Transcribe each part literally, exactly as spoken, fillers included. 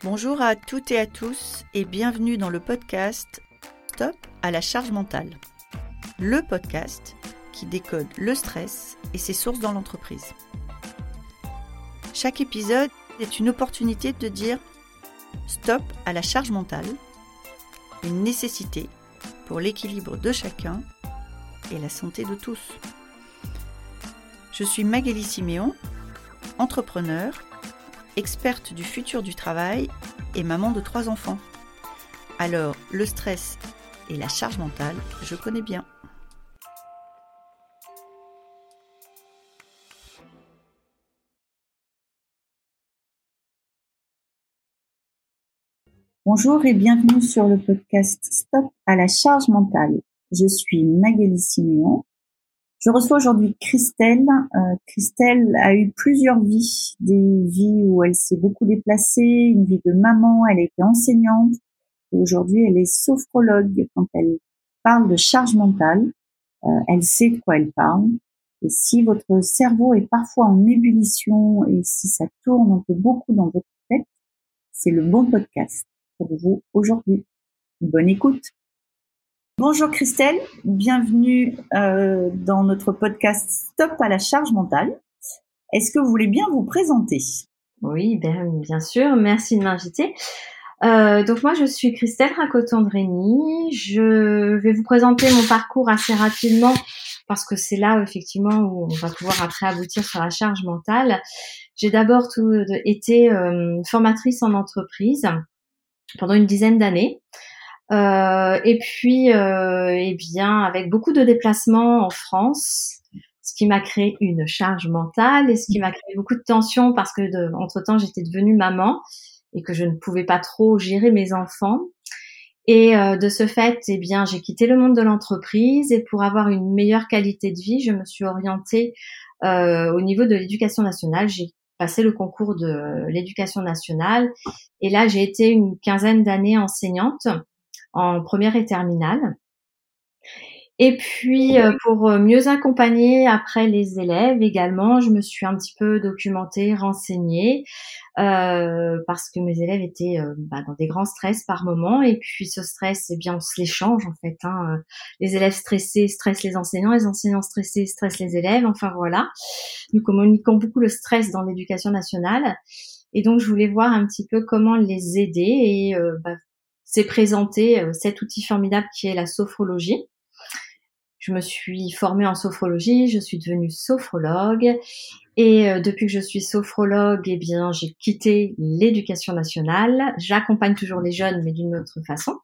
Bonjour à toutes et à tous et bienvenue dans le podcast Stop à la charge mentale. Le podcast qui décode le stress et ses sources dans l'entreprise. Chaque épisode est une opportunité de dire stop à la charge mentale, une nécessité pour l'équilibre de chacun et la santé de tous. Je suis Magali Siméon, entrepreneur, experte du futur du travail et maman de trois enfants. Alors, le stress et la charge mentale, je connais bien. Bonjour et bienvenue sur le podcast Stop à la charge mentale. Je suis Magali Siméon. Je reçois aujourd'hui Christelle. Euh, Christelle a eu plusieurs vies, des vies où elle s'est beaucoup déplacée, une vie de maman, elle a été enseignante et aujourd'hui elle est sophrologue. Quand elle parle de charge mentale, euh, elle sait de quoi elle parle. Et si votre cerveau est parfois en ébullition et si ça tourne un peu beaucoup dans votre tête, c'est le bon podcast pour vous aujourd'hui. Bonne écoute. Bonjour Christelle, bienvenue euh, dans notre podcast Stop à la charge mentale. Est-ce que vous voulez bien vous présenter ? Oui, bien, bien sûr, merci de m'inviter. Euh, donc moi je suis Christelle Racoton-Dreny, je vais vous présenter mon parcours assez rapidement parce que c'est là effectivement où on va pouvoir après aboutir sur la charge mentale. J'ai d'abord tout, été euh, formatrice en entreprise pendant une dizaine d'années. Euh, et puis, euh, eh bien, avec beaucoup de déplacements en France, ce qui m'a créé une charge mentale et ce qui m'a créé beaucoup de tension parce que, de, entre-temps, j'étais devenue maman et que je ne pouvais pas trop gérer mes enfants. Et euh, de ce fait, eh bien, j'ai quitté le monde de l'entreprise et pour avoir une meilleure qualité de vie, je me suis orientée euh, au niveau de l'éducation nationale. J'ai passé le concours de l'éducation nationale et là, j'ai été une quinzaine d'années enseignante en première et terminale. Et puis, euh, pour mieux accompagner après les élèves également, je me suis un petit peu documentée, renseignée, euh, parce que mes élèves étaient euh, bah, dans des grands stress par moment. Et puis, ce stress, eh bien, on se l'échange en fait. Hein. Les élèves stressés stressent les enseignants, les enseignants stressés stressent les élèves. Enfin voilà, nous communiquons beaucoup le stress dans l'éducation nationale. Et donc, je voulais voir un petit peu comment les aider et euh, bah, s'est présenté euh, cet outil formidable qui est la sophrologie. Je me suis formée en sophrologie, je suis devenue sophrologue et euh, depuis que je suis sophrologue, eh bien, j'ai quitté l'éducation nationale. J'accompagne toujours les jeunes, mais d'une autre façon.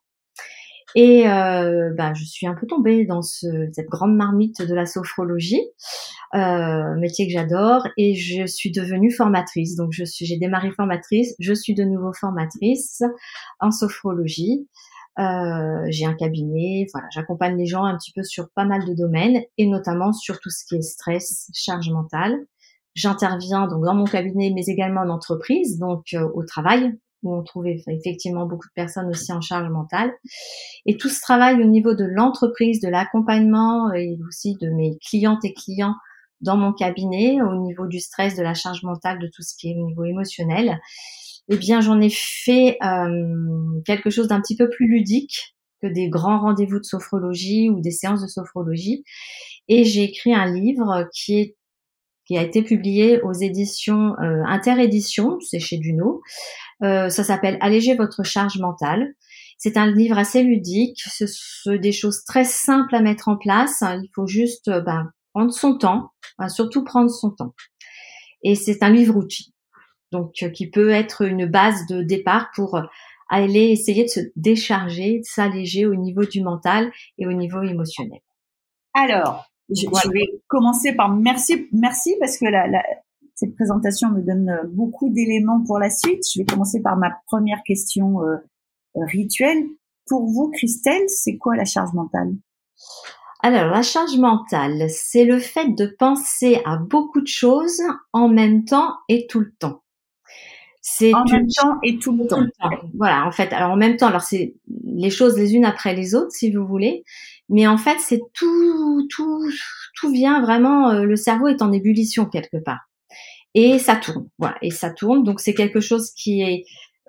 Et euh, bah, je suis un peu tombée dans ce, cette grande marmite de la sophrologie, euh, métier que j'adore, et je suis devenue formatrice. Donc, je suis, j'ai démarré formatrice, je suis de nouveau formatrice en sophrologie. Euh, j'ai un cabinet, voilà, j'accompagne les gens un petit peu sur pas mal de domaines, et notamment sur tout ce qui est stress, charge mentale. J'interviens donc dans mon cabinet, mais également en entreprise, donc euh, au travail, où on trouve effectivement beaucoup de personnes aussi en charge mentale. Et tout ce travail au niveau de l'entreprise, de l'accompagnement et aussi de mes clientes et clients dans mon cabinet, au niveau du stress, de la charge mentale, de tout ce qui est au niveau émotionnel, eh bien j'en ai fait euh, quelque chose d'un petit peu plus ludique que des grands rendez-vous de sophrologie ou des séances de sophrologie. Et j'ai écrit un livre qui est qui a été publié aux éditions euh, Interéditions, c'est chez Duno. Euh, ça s'appelle « Alléger votre charge mentale ». C'est un livre assez ludique, ce sont des choses très simples à mettre en place. Il faut juste euh, ben, prendre son temps, ben, surtout prendre son temps. Et c'est un livre-outil, donc euh, qui peut être une base de départ pour euh, aller essayer de se décharger, de s'alléger au niveau du mental et au niveau émotionnel. Alors, je, voilà. je vais commencer par merci, merci parce que la, la, cette présentation me donne beaucoup d'éléments pour la suite. Je vais commencer par ma première question euh, rituelle. Pour vous, Christelle, c'est quoi la charge mentale ? Alors, la charge mentale, c'est le fait de penser à beaucoup de choses en même temps et tout le temps. C'est en même temps et tout le, tout le temps. Voilà, en fait, alors en même temps, alors c'est les choses les unes après les autres, si vous voulez, mais en fait, c'est tout, tout, tout vient vraiment. Euh, le cerveau est en ébullition quelque part, et ça tourne. Voilà, et ça tourne. Donc c'est quelque chose qui est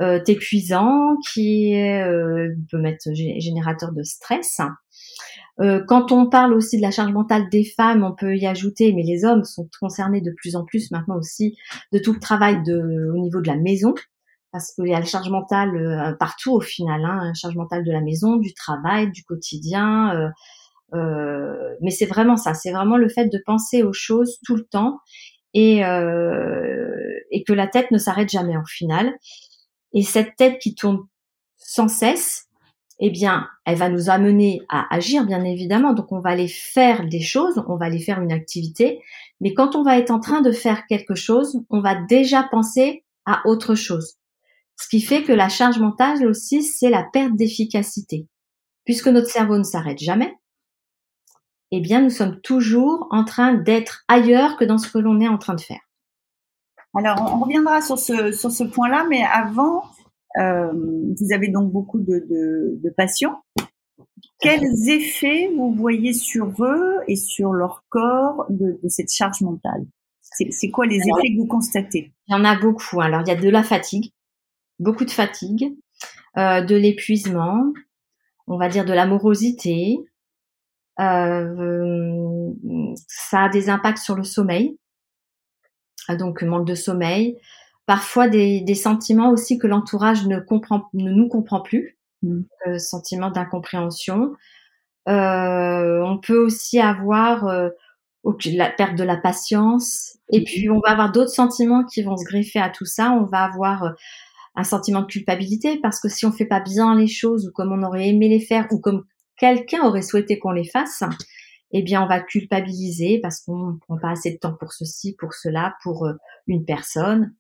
euh, épuisant, qui est, euh, peut mettre générateur de stress. Euh, quand on parle aussi de la charge mentale des femmes, on peut y ajouter, mais les hommes sont concernés de plus en plus maintenant aussi, de tout le travail de, au niveau de la maison, parce qu'il y a la charge mentale euh, partout au final, hein, la charge mentale de la maison, du travail, du quotidien. Euh, euh, mais c'est vraiment ça, c'est vraiment le fait de penser aux choses tout le temps et, euh, et que la tête ne s'arrête jamais au final. Et cette tête qui tourne sans cesse, eh bien, elle va nous amener à agir, bien évidemment. Donc, on va aller faire des choses, on va aller faire une activité. Mais quand on va être en train de faire quelque chose, on va déjà penser à autre chose. Ce qui fait que la charge mentale aussi, c'est la perte d'efficacité. Puisque notre cerveau ne s'arrête jamais, eh bien, nous sommes toujours en train d'être ailleurs que dans ce que l'on est en train de faire. Alors, on reviendra sur ce, sur ce point-là, mais avant, euh, vous avez donc beaucoup de, de, de patients. Quels effets vous voyez sur eux et sur leur corps de, de cette charge mentale? C'est, c'est quoi les Alors, effets que vous constatez? Il y en a beaucoup. Alors, il y a de la fatigue, beaucoup de fatigue, euh, de l'épuisement, on va dire de la morosité. Euh, ça a des impacts sur le sommeil, donc manque de sommeil. Parfois des, des sentiments aussi que l'entourage ne comprend, ne nous comprend plus, mmh. euh, sentiments d'incompréhension. Euh, on peut aussi avoir euh, la perte de la patience, et puis on va avoir d'autres sentiments qui vont se greffer à tout ça. On va avoir euh, un sentiment de culpabilité parce que si on fait pas bien les choses ou comme on aurait aimé les faire ou comme quelqu'un aurait souhaité qu'on les fasse, eh bien on va culpabiliser parce qu'on ne prend pas assez de temps pour ceci, pour cela, pour euh, une personne.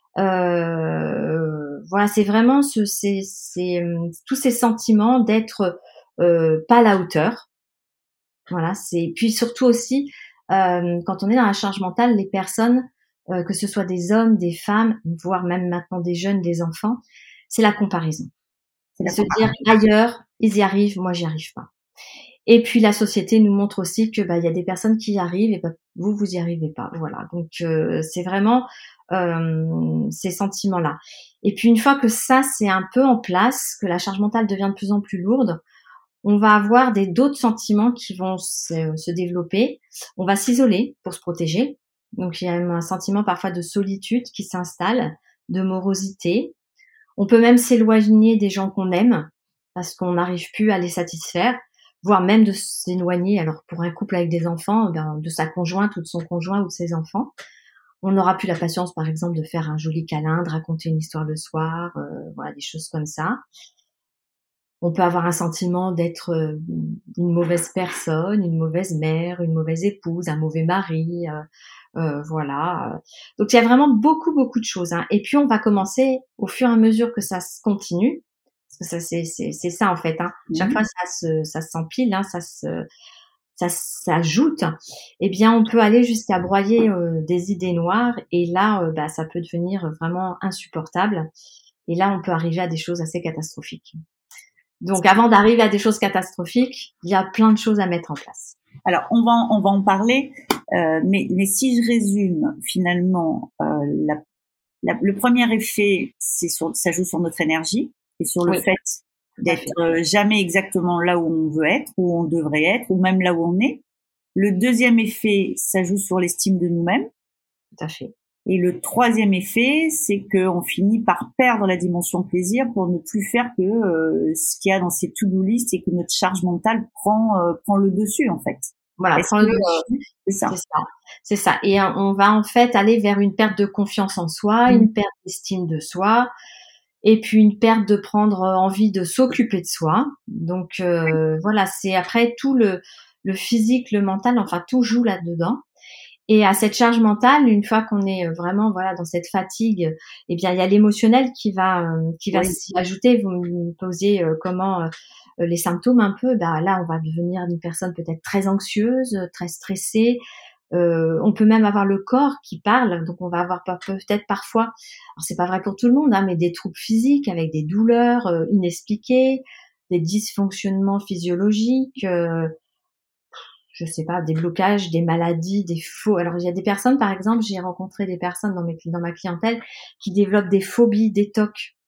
Euh, voilà, c'est vraiment ce, c'est, c'est, tous ces sentiments d'être euh, pas à la hauteur. Voilà, c'est puis surtout aussi euh, quand on est dans la charge mentale, les personnes, euh, que ce soit des hommes, des femmes, voire même maintenant des jeunes, des enfants, c'est la comparaison. C'est la se dire ailleurs, ils y arrivent, moi j'y arrive pas. Et puis la société nous montre aussi que bah il y a des personnes qui y arrivent et bah, vous vous y arrivez pas. Voilà, donc euh, c'est vraiment euh, ces sentiments-là. Et puis une fois que ça c'est un peu en place, que la charge mentale devient de plus en plus lourde, on va avoir des d'autres sentiments qui vont se, se développer. On va s'isoler pour se protéger. Donc il y a un sentiment parfois de solitude qui s'installe, de morosité. On peut même s'éloigner des gens qu'on aime parce qu'on n'arrive plus à les satisfaire, voire même de s'éloigner. Alors pour un couple avec des enfants, ben, de sa conjointe ou de son conjoint ou de ses enfants. On n'aura plus la patience, par exemple, de faire un joli câlin, de raconter une histoire le soir, euh, voilà, des choses comme ça. On peut avoir un sentiment d'être euh, une mauvaise personne, une mauvaise mère, une mauvaise épouse, un mauvais mari, euh, euh, voilà. Donc il y a vraiment beaucoup, beaucoup de choses. Hein. Et puis on va commencer, au fur et à mesure que ça se continue, parce que ça c'est c'est, c'est ça en fait. Hein. Chaque mmh. fois ça se ça s'empile, hein, ça se ça s'ajoute. Eh bien on peut aller jusqu'à broyer euh, des idées noires et là euh, bah ça peut devenir vraiment insupportable. Et là on peut arriver à des choses assez catastrophiques. Donc, avant d'arriver à des choses catastrophiques, il y a plein de choses à mettre en place. Alors, on va on va en parler, euh, mais mais si je résume, finalement, euh, la, la, le premier effet, c'est sur ça joue sur notre énergie et sur le oui. fait d'être euh, jamais exactement là où on veut être, où on devrait être, ou même là où on est. Le deuxième effet, ça joue sur l'estime de nous-mêmes. Tout à fait. Et le troisième effet, c'est qu'on finit par perdre la dimension plaisir pour ne plus faire que euh, ce qu'il y a dans ces to-do list et que notre charge mentale prend euh, prend le dessus en fait. Voilà, prend le dessus. C'est ça. C'est ça. C'est ça. Et on va en fait aller vers une perte de confiance en soi, mmh. une perte d'estime de soi, et puis une perte de prendre envie de s'occuper de soi. Donc euh, oui. voilà, c'est après tout le le physique, le mental, enfin tout joue là-dedans. Et à cette charge mentale, une fois qu'on est vraiment voilà dans cette fatigue, eh bien il y a l'émotionnel qui va euh, qui va oui. s'y ajouter. Vous me posiez euh, comment euh, les symptômes un peu. Bah là, on va devenir une personne peut-être très anxieuse, très stressée. Euh, on peut même avoir le corps qui parle, donc on va avoir peut-être parfois, alors c'est pas vrai pour tout le monde, hein, mais des troubles physiques avec des douleurs euh, inexpliquées, des dysfonctionnements physiologiques. Euh, je sais pas, des blocages, des maladies, des faux. Alors, il y a des personnes, par exemple, j'ai rencontré des personnes dans mes, dans ma clientèle qui développent des phobies, des tocs.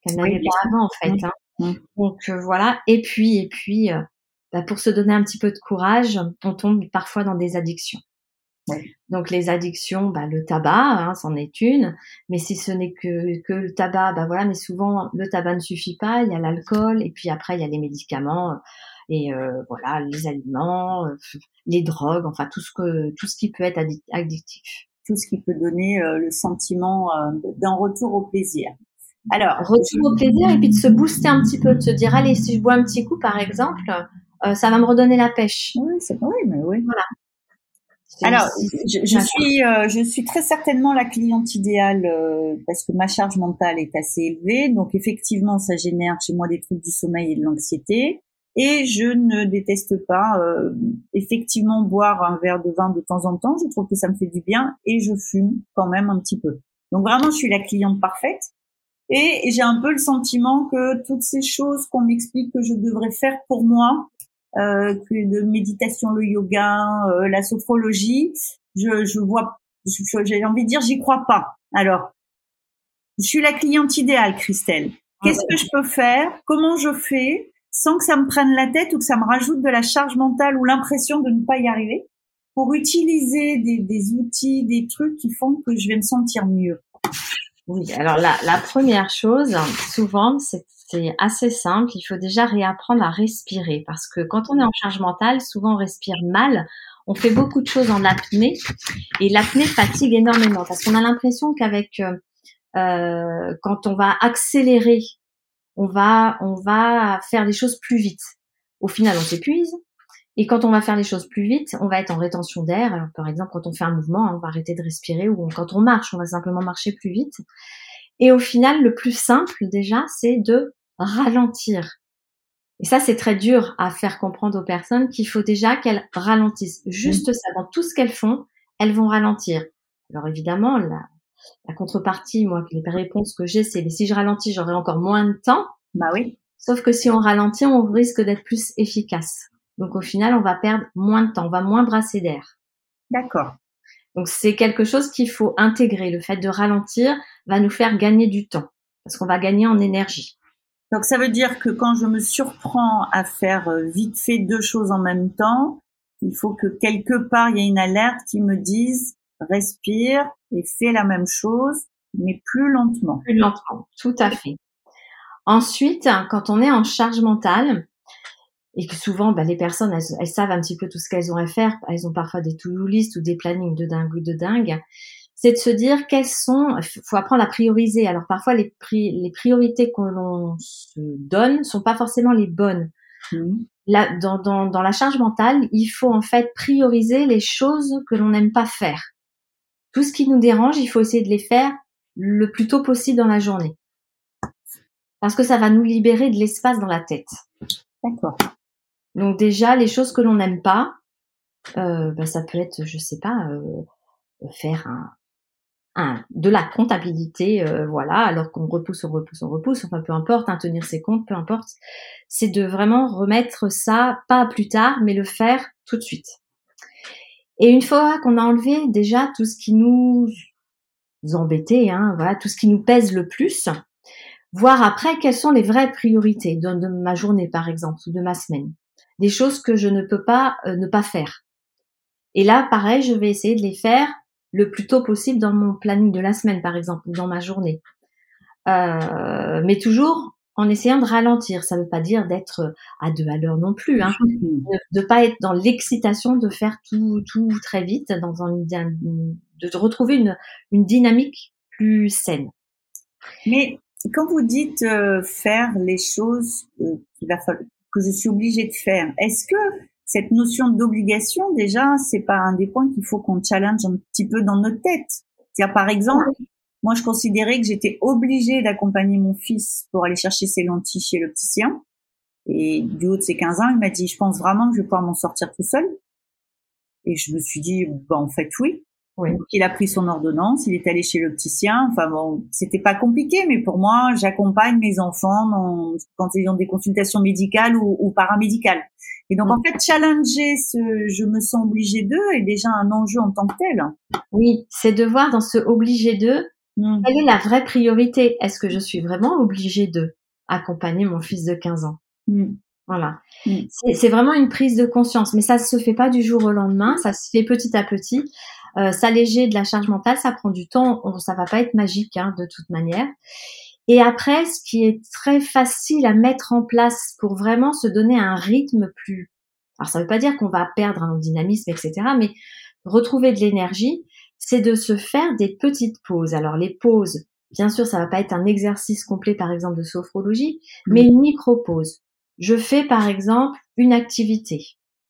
qu'elle n'avait Oui, pas avant en fait. oui. Hein. Mmh. Donc euh, voilà. Et puis et puis euh, bah, pour se donner un petit peu de courage, on tombe parfois dans des addictions. Oui. Donc les addictions, bah, le tabac, hein, c'en est une. Mais si ce n'est que que le tabac, bah voilà. Mais souvent le tabac ne suffit pas. Il y a l'alcool et puis après il y a les médicaments et euh, voilà les aliments, euh, les drogues, enfin tout ce que tout ce qui peut être addic- addictif. Tout ce qui peut donner euh, le sentiment euh, d'un retour au plaisir. Alors, Retour au plaisir et puis de se booster un petit peu, de se dire allez si je bois un petit coup par exemple, euh, ça va me redonner la pêche. oui, c'est vrai, mais oui. Voilà. C'est, Alors, c'est, je, je suis, euh, je suis très certainement la cliente idéale euh, parce que ma charge mentale est assez élevée, donc effectivement, ça génère chez moi des troubles du sommeil et de l'anxiété. Et je ne déteste pas euh, effectivement boire un verre de vin de temps en temps. Je trouve que ça me fait du bien et je fume quand même un petit peu. Donc vraiment, je suis la cliente parfaite. Et j'ai un peu le sentiment que toutes ces choses qu'on m'explique que je devrais faire pour moi, euh, que de méditation, le yoga, euh, la sophrologie, je, je vois, je, j'ai envie de dire, j'y crois pas. Alors, je suis la cliente idéale, Christelle. Qu'est-ce que je peux faire? Comment je fais sans que ça me prenne la tête ou que ça me rajoute de la charge mentale ou l'impression de ne pas y arriver pour utiliser des, des outils, des trucs qui font que je vais me sentir mieux? Oui, alors la, la première chose, souvent, c'est, c'est assez simple. Il faut déjà réapprendre à respirer parce que quand on est en charge mentale, souvent on respire mal. On fait beaucoup de choses en apnée et l'apnée fatigue énormément parce qu'on a l'impression qu'avec euh, euh, quand on va accélérer, on va on va faire les choses plus vite. Au final, on s'épuise. Et quand on va faire les choses plus vite, on va être en rétention d'air. Alors, par exemple, quand on fait un mouvement, on va arrêter de respirer, ou quand on marche, on va simplement marcher plus vite. Et au final, le plus simple, déjà, c'est de ralentir. Et ça, c'est très dur à faire comprendre aux personnes qu'il faut déjà qu'elles ralentissent. Juste ça, dans tout ce qu'elles font, elles vont ralentir. Alors, évidemment, la, la contrepartie, moi, les réponses que j'ai, c'est, mais si je ralentis, j'aurai encore moins de temps. Bah oui. Sauf que si on ralentit, on risque d'être plus efficace. Donc au final, on va perdre moins de temps, on va moins brasser d'air. D'accord. Donc c'est quelque chose qu'il faut intégrer. Le fait de ralentir va nous faire gagner du temps parce qu'on va gagner en énergie. Donc ça veut dire que quand je me surprends à faire vite fait deux choses en même temps, il faut que quelque part il y ait une alerte qui me dise respire et fais la même chose, mais plus lentement. Plus lentement, tout à fait. Ensuite, quand on est en charge mentale, et que souvent, bah, les personnes, elles, elles savent un petit peu tout ce qu'elles ont à faire. Elles ont parfois des to-do list ou des plannings de dingue ou de dingue. C'est de se dire quelles sont, faut apprendre à prioriser. Alors parfois, les, pri, les priorités que l'on se donne sont pas forcément les bonnes. Mmh. Là, dans, dans, dans la charge mentale, il faut en fait prioriser les choses que l'on n'aime pas faire. Tout ce qui nous dérange, il faut essayer de les faire le plus tôt possible dans la journée. Parce que ça va nous libérer de l'espace dans la tête. D'accord. Donc déjà, les choses que l'on n'aime pas, euh, bah, ça peut être, je sais pas, euh, faire un, un, de la comptabilité, euh, voilà, alors qu'on repousse, on repousse, on repousse, enfin peu importe, hein, tenir ses comptes, peu importe. C'est de vraiment remettre ça, pas plus tard, mais le faire tout de suite. Et une fois qu'on a enlevé déjà tout ce qui nous embêtait, hein, voilà, tout ce qui nous pèse le plus, voir après quelles sont les vraies priorités de, de ma journée, par exemple, ou de ma semaine. Des choses que je ne peux pas euh, ne pas faire. Et là, pareil, je vais essayer de les faire le plus tôt possible dans mon planning de la semaine, par exemple, ou dans ma journée. Euh, mais toujours en essayant de ralentir. Ça ne veut pas dire d'être à deux à l'heure non plus, hein. De ne pas être dans l'excitation de faire tout, tout très vite, dans un, de retrouver une, une dynamique plus saine. Mais quand vous dites euh, faire les choses euh, qu'il va falloir, que je suis obligée de faire, est-ce que cette notion d'obligation, déjà, c'est pas un des points qu'il faut qu'on challenge un petit peu dans notre tête? C'est-à-dire, par exemple, moi, je considérais que j'étais obligée d'accompagner mon fils pour aller chercher ses lentilles chez l'opticien. Et du haut de ses quinze ans, il m'a dit, je pense vraiment que je vais pouvoir m'en sortir tout seul. Et je me suis dit, bah, en fait, oui. Oui. Donc, il a pris son ordonnance, il est allé chez l'opticien. Enfin bon, c'était pas compliqué, mais pour moi, j'accompagne mes enfants dans, quand ils ont des consultations médicales ou, ou paramédicales. Et donc, mmh. en fait, challenger ce « je me sens obligée d'eux » est déjà un enjeu en tant que tel. Oui, c'est de voir dans ce « obligé d'eux » Mmh. Quelle est la vraie priorité? Est-ce que je suis vraiment obligée de accompagner mon fils de quinze ans? Mmh. Voilà. Mmh. C'est, c'est vraiment une prise de conscience, mais ça se fait pas du jour au lendemain, ça se fait petit à petit. Euh, s'alléger de la charge mentale, ça prend du temps, on, ça va pas être magique hein, de toute manière. Et après, ce qui est très facile à mettre en place pour vraiment se donner un rythme plus... Alors, ça veut pas dire qu'on va perdre un dynamisme, et cetera, mais retrouver de l'énergie, c'est de se faire des petites pauses. Alors, les pauses, bien sûr, ça va pas être un exercice complet, par exemple, de sophrologie, mmh. mais une micro-pause. Je fais, par exemple, une activité.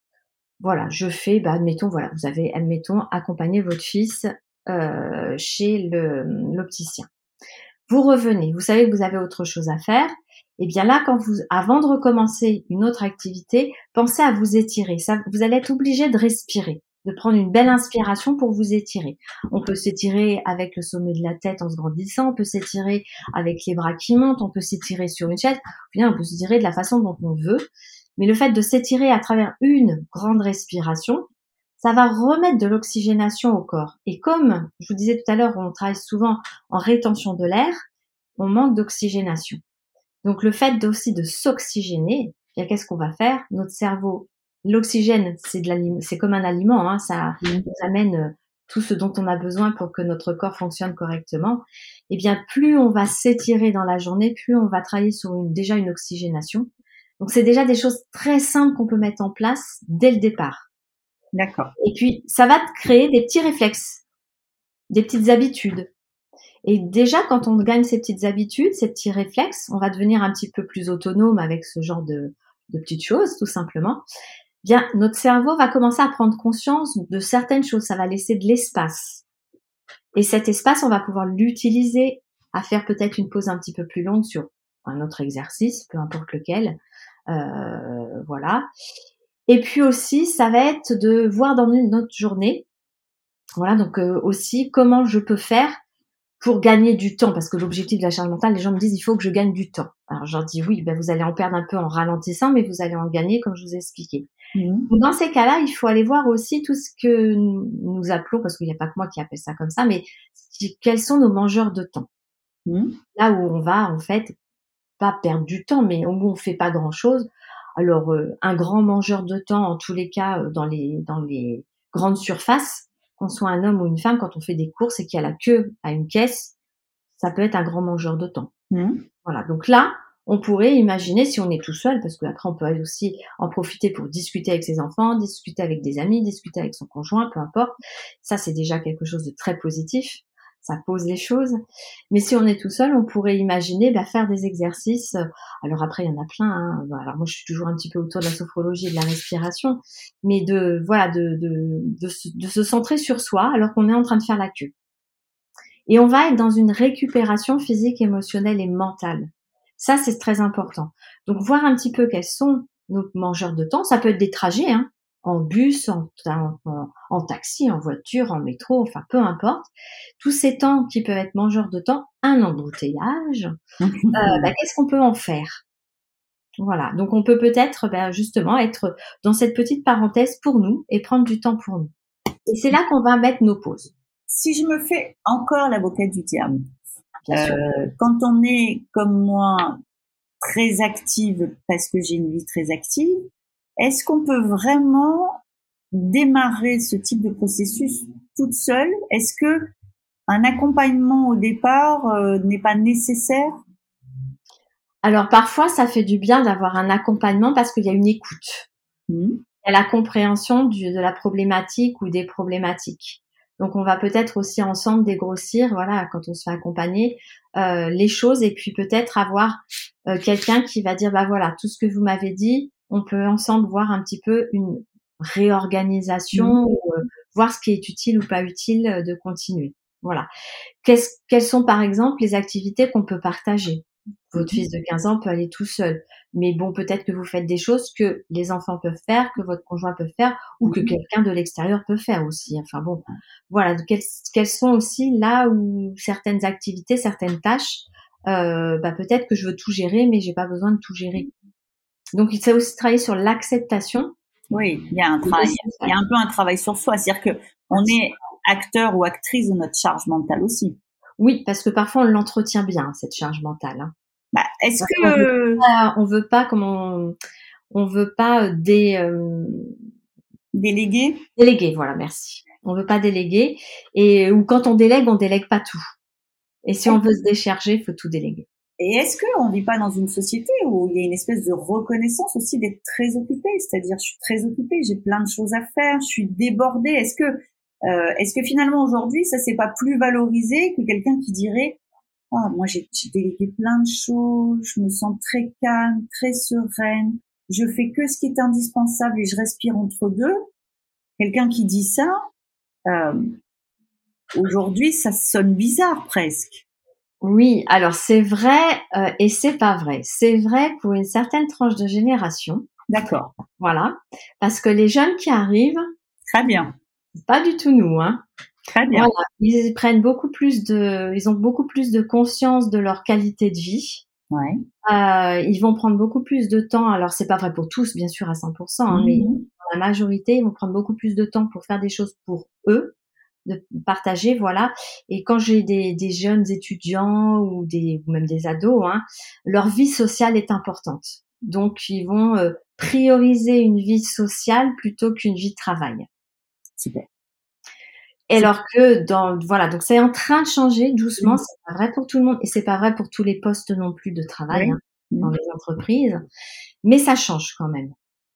Voilà, je fais, bah, admettons, voilà, vous avez, admettons, accompagné votre fils euh, chez le, l'opticien. Vous revenez, vous savez que vous avez autre chose à faire. Et bien là, quand vous, avant de recommencer une autre activité, pensez à vous étirer. Ça, vous allez être obligé de respirer, de prendre une belle inspiration pour vous étirer. On peut s'étirer avec le sommet de la tête en se grandissant, on peut s'étirer avec les bras qui montent, on peut s'étirer sur une chaise, bien, on peut s'étirer de la façon dont on veut. Mais le fait de s'étirer à travers une grande respiration, ça va remettre de l'oxygénation au corps. Et comme je vous disais tout à l'heure, on travaille souvent en rétention de l'air, on manque d'oxygénation. Donc le fait aussi de s'oxygéner, bien qu'est-ce qu'on va faire? Notre cerveau, l'oxygène, c'est de l'aliment, c'est comme un aliment, hein, ça nous amène tout ce dont on a besoin pour que notre corps fonctionne correctement. Et bien plus on va s'étirer dans la journée, plus on va travailler sur une, déjà une oxygénation. Donc c'est déjà des choses très simples qu'on peut mettre en place dès le départ. D'accord. Et puis ça va créer des petits réflexes, des petites habitudes. Et déjà quand on gagne ces petites habitudes, ces petits réflexes, on va devenir un petit peu plus autonome avec ce genre de, de petites choses, tout simplement. Bien, notre cerveau va commencer à prendre conscience de certaines choses. Ça va laisser de l'espace. Et cet espace, on va pouvoir l'utiliser à faire peut-être une pause un petit peu plus longue sur un autre exercice, peu importe lequel. Euh, voilà. Et puis aussi, ça va être de voir dans une autre journée, voilà, donc euh, aussi comment je peux faire pour gagner du temps, parce que l'objectif de la charge mentale, les gens me disent il faut que je gagne du temps. Alors je leur dis oui, ben vous allez en perdre un peu en ralentissant, mais vous allez en gagner comme je vous ai expliqué. Mmh. Dans ces cas-là, il faut aller voir aussi tout ce que nous appelons, parce qu'il n'y a pas que moi qui appelle ça comme ça, mais quels sont nos mangeurs de temps. Mmh. Là où on va en fait pas perdre du temps, mais où on fait pas grand-chose. Alors euh, un grand mangeur de temps, en tous les cas, dans les dans les grandes surfaces, qu'on soit un homme ou une femme, quand on fait des courses et qu'il y a la queue à une caisse, ça peut être un grand mangeur de temps. Mmh. Voilà. Donc là, on pourrait imaginer, si on est tout seul, parce qu'après on peut aussi en profiter pour discuter avec ses enfants, discuter avec des amis, discuter avec son conjoint, peu importe. Ça, c'est déjà quelque chose de très positif. Ça pose les choses. Mais si on est tout seul, on pourrait imaginer bah, faire des exercices. Alors après, il y en a plein. Hein. Alors moi, je suis toujours un petit peu autour de la sophrologie et de la respiration, mais de voilà, de de de se, de se centrer sur soi alors qu'on est en train de faire la queue. Et on va être dans une récupération physique, émotionnelle et mentale. Ça, c'est très important. Donc voir un petit peu quels sont nos mangeurs de temps. Ça peut être des trajets, hein. En bus, en, en, en taxi, en voiture, en métro, enfin peu importe. Tous ces temps qui peuvent être mangeurs de temps, un embouteillage, euh, bah, qu'est-ce qu'on peut en faire? Voilà, donc on peut peut-être bah, justement être dans cette petite parenthèse pour nous et prendre du temps pour nous. Et c'est là qu'on va mettre nos pauses. Si je me fais encore l'avocat du diable, euh, quand on est comme moi très active parce que j'ai une vie très active, est-ce qu'on peut vraiment démarrer ce type de processus toute seule? Est-ce que un accompagnement au départ euh, n'est pas nécessaire? Alors parfois, ça fait du bien d'avoir un accompagnement parce qu'il y a une écoute. Mmh. Il y a la compréhension du, de la problématique ou des problématiques. Donc on va peut-être aussi ensemble dégrossir, voilà, quand on se fait accompagner, euh, les choses et puis peut-être avoir euh, quelqu'un qui va dire, bah voilà, tout ce que vous m'avez dit, on peut ensemble voir un petit peu une réorganisation, mmh. ou, euh, voir ce qui est utile ou pas utile de continuer. Voilà. Qu'est-ce, quelles sont par exemple les activités qu'on peut partager? Votre fils de quinze ans peut aller tout seul. Mais bon, peut-être que vous faites des choses que les enfants peuvent faire, que votre conjoint peut faire, ou que quelqu'un de l'extérieur peut faire aussi. Enfin bon, voilà. Quelles, quelles sont aussi là où certaines activités, certaines tâches, euh, bah peut-être que je veux tout gérer, mais j'ai pas besoin de tout gérer. Donc il faut aussi travailler sur l'acceptation. Oui, il y a un travail, il y a un peu un travail sur soi. C'est-à-dire que on est acteur ou actrice de notre charge mentale aussi. Oui, parce que parfois on l'entretient bien, cette charge mentale. Hein. Bah, est-ce parce que... On veut pas, on veut pas, comment on, on veut pas des... Euh, déléguer Déléguer, voilà, merci. On veut pas déléguer. Et, ou quand on délègue, on délègue pas tout. Et si on veut se décharger, il faut tout déléguer. Et est-ce qu'on vit pas dans une société où il y a une espèce de reconnaissance aussi d'être très occupé, c'est-à-dire je suis très occupée, j'ai plein de choses à faire, je suis débordée. Est-ce que euh, est-ce que finalement aujourd'hui ça c'est pas plus valorisé que quelqu'un qui dirait ah oh, moi j'ai, j'ai délégué plein de choses, je me sens très calme, très sereine, je fais que ce qui est indispensable et je respire entre deux. Quelqu'un qui dit ça euh, aujourd'hui ça sonne bizarre presque. Oui, alors c'est vrai euh, et c'est pas vrai. C'est vrai pour une certaine tranche de génération. D'accord. Voilà, parce que les jeunes qui arrivent, très bien, c'est pas du tout nous, hein. Très bien. Voilà, ils prennent beaucoup plus de, ils ont beaucoup plus de conscience de leur qualité de vie. Ouais. Euh, ils vont prendre beaucoup plus de temps. Alors c'est pas vrai pour tous, bien sûr à cent pour cent, hein, mmh. mais pour la majorité, ils vont prendre beaucoup plus de temps pour faire des choses pour eux. De partager, voilà. Et quand j'ai des, des jeunes étudiants ou des ou même des ados, hein, leur vie sociale est importante. Donc ils vont euh, prioriser une vie sociale plutôt qu'une vie de travail. Super. Et c'est... alors que dans voilà, donc c'est en train de changer doucement. Mmh. C'est pas vrai pour tout le monde et c'est pas vrai pour tous les postes non plus de travail oui. hein, mmh. dans les entreprises, mais ça change quand même.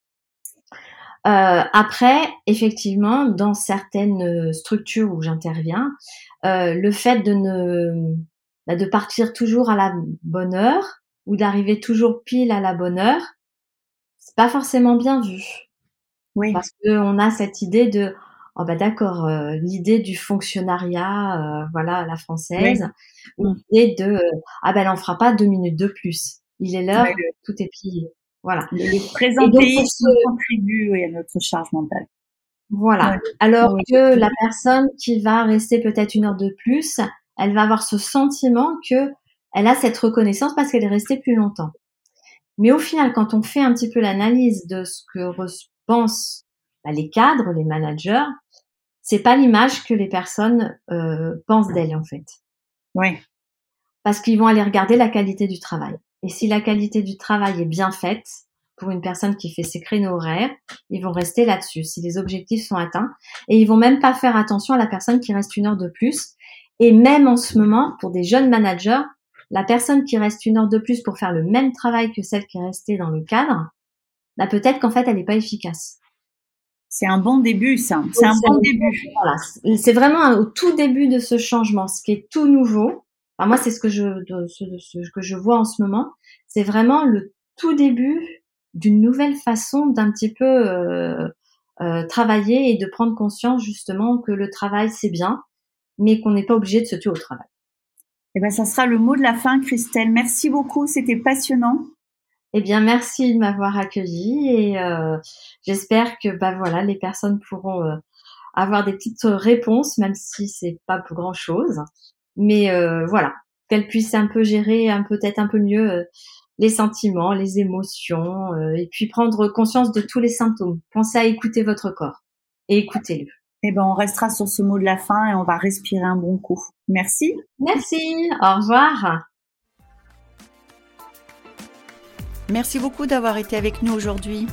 Euh, après, effectivement, dans certaines structures où j'interviens, euh, le fait de ne de partir toujours à la bonne heure ou d'arriver toujours pile à la bonne heure, c'est pas forcément bien vu. Oui. Parce que on a cette idée de oh bah d'accord, euh, l'idée du fonctionnariat, euh, voilà, à la française, oui. ou l'idée de euh, ah ben elle en fera pas deux minutes de plus. Il est l'heure, oui. tout est plié. Voilà. Le présentéisme ce... contribue oui, à notre charge mentale. Voilà. Ouais. Alors oui. que la personne qui va rester peut-être une heure de plus, elle va avoir ce sentiment que elle a cette reconnaissance parce qu'elle est restée plus longtemps. Mais au final, quand on fait un petit peu l'analyse de ce que pensent bah, les cadres, les managers, c'est pas l'image que les personnes euh, pensent d'elles en fait. Oui. Parce qu'ils vont aller regarder la qualité du travail. Et si la qualité du travail est bien faite, pour une personne qui fait ses créneaux horaires, ils vont rester là-dessus, si les objectifs sont atteints. Et ils vont même pas faire attention à la personne qui reste une heure de plus. Et même en ce moment, pour des jeunes managers, la personne qui reste une heure de plus pour faire le même travail que celle qui est restée dans le cadre, bah peut-être qu'en fait, elle n'est pas efficace. C'est un bon début, ça. C'est Donc, un bon début. Voilà. C'est vraiment au tout début de ce changement, ce qui est tout nouveau. Enfin, moi, c'est ce que je, de, ce, de, ce que je vois en ce moment. C'est vraiment le tout début d'une nouvelle façon d'un petit peu euh, euh, travailler et de prendre conscience justement que le travail c'est bien, mais qu'on n'est pas obligé de se tuer au travail. Eh ben, ça sera le mot de la fin, Christelle. Merci beaucoup, c'était passionnant. Eh bien, merci de m'avoir accueillie et euh, j'espère que bah voilà, les personnes pourront euh, avoir des petites réponses, même si c'est pas pour grand chose. Mais euh, voilà, qu'elle puisse un peu gérer, un peut-être un peu mieux euh, les sentiments, les émotions, euh, et puis prendre conscience de tous les symptômes. Pensez à écouter votre corps et écoutez-le. Eh ben, on restera sur ce mot de la fin et on va respirer un bon coup. Merci. Merci. Au revoir. Merci beaucoup d'avoir été avec nous aujourd'hui.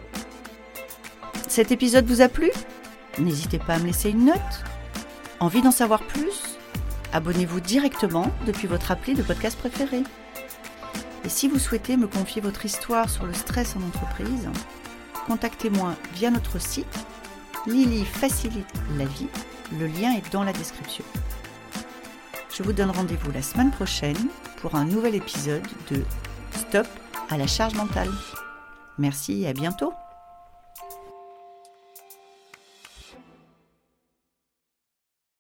Cet épisode vous a plu ? N'hésitez pas à me laisser une note. Envie d'en savoir plus ? Abonnez-vous directement depuis votre appli de podcast préféré. Et si vous souhaitez me confier votre histoire sur le stress en entreprise, contactez-moi via notre site Lily facilite la vie. Le lien est dans la description. Je vous donne rendez-vous la semaine prochaine pour un nouvel épisode de Stop à la charge mentale. Merci et à bientôt.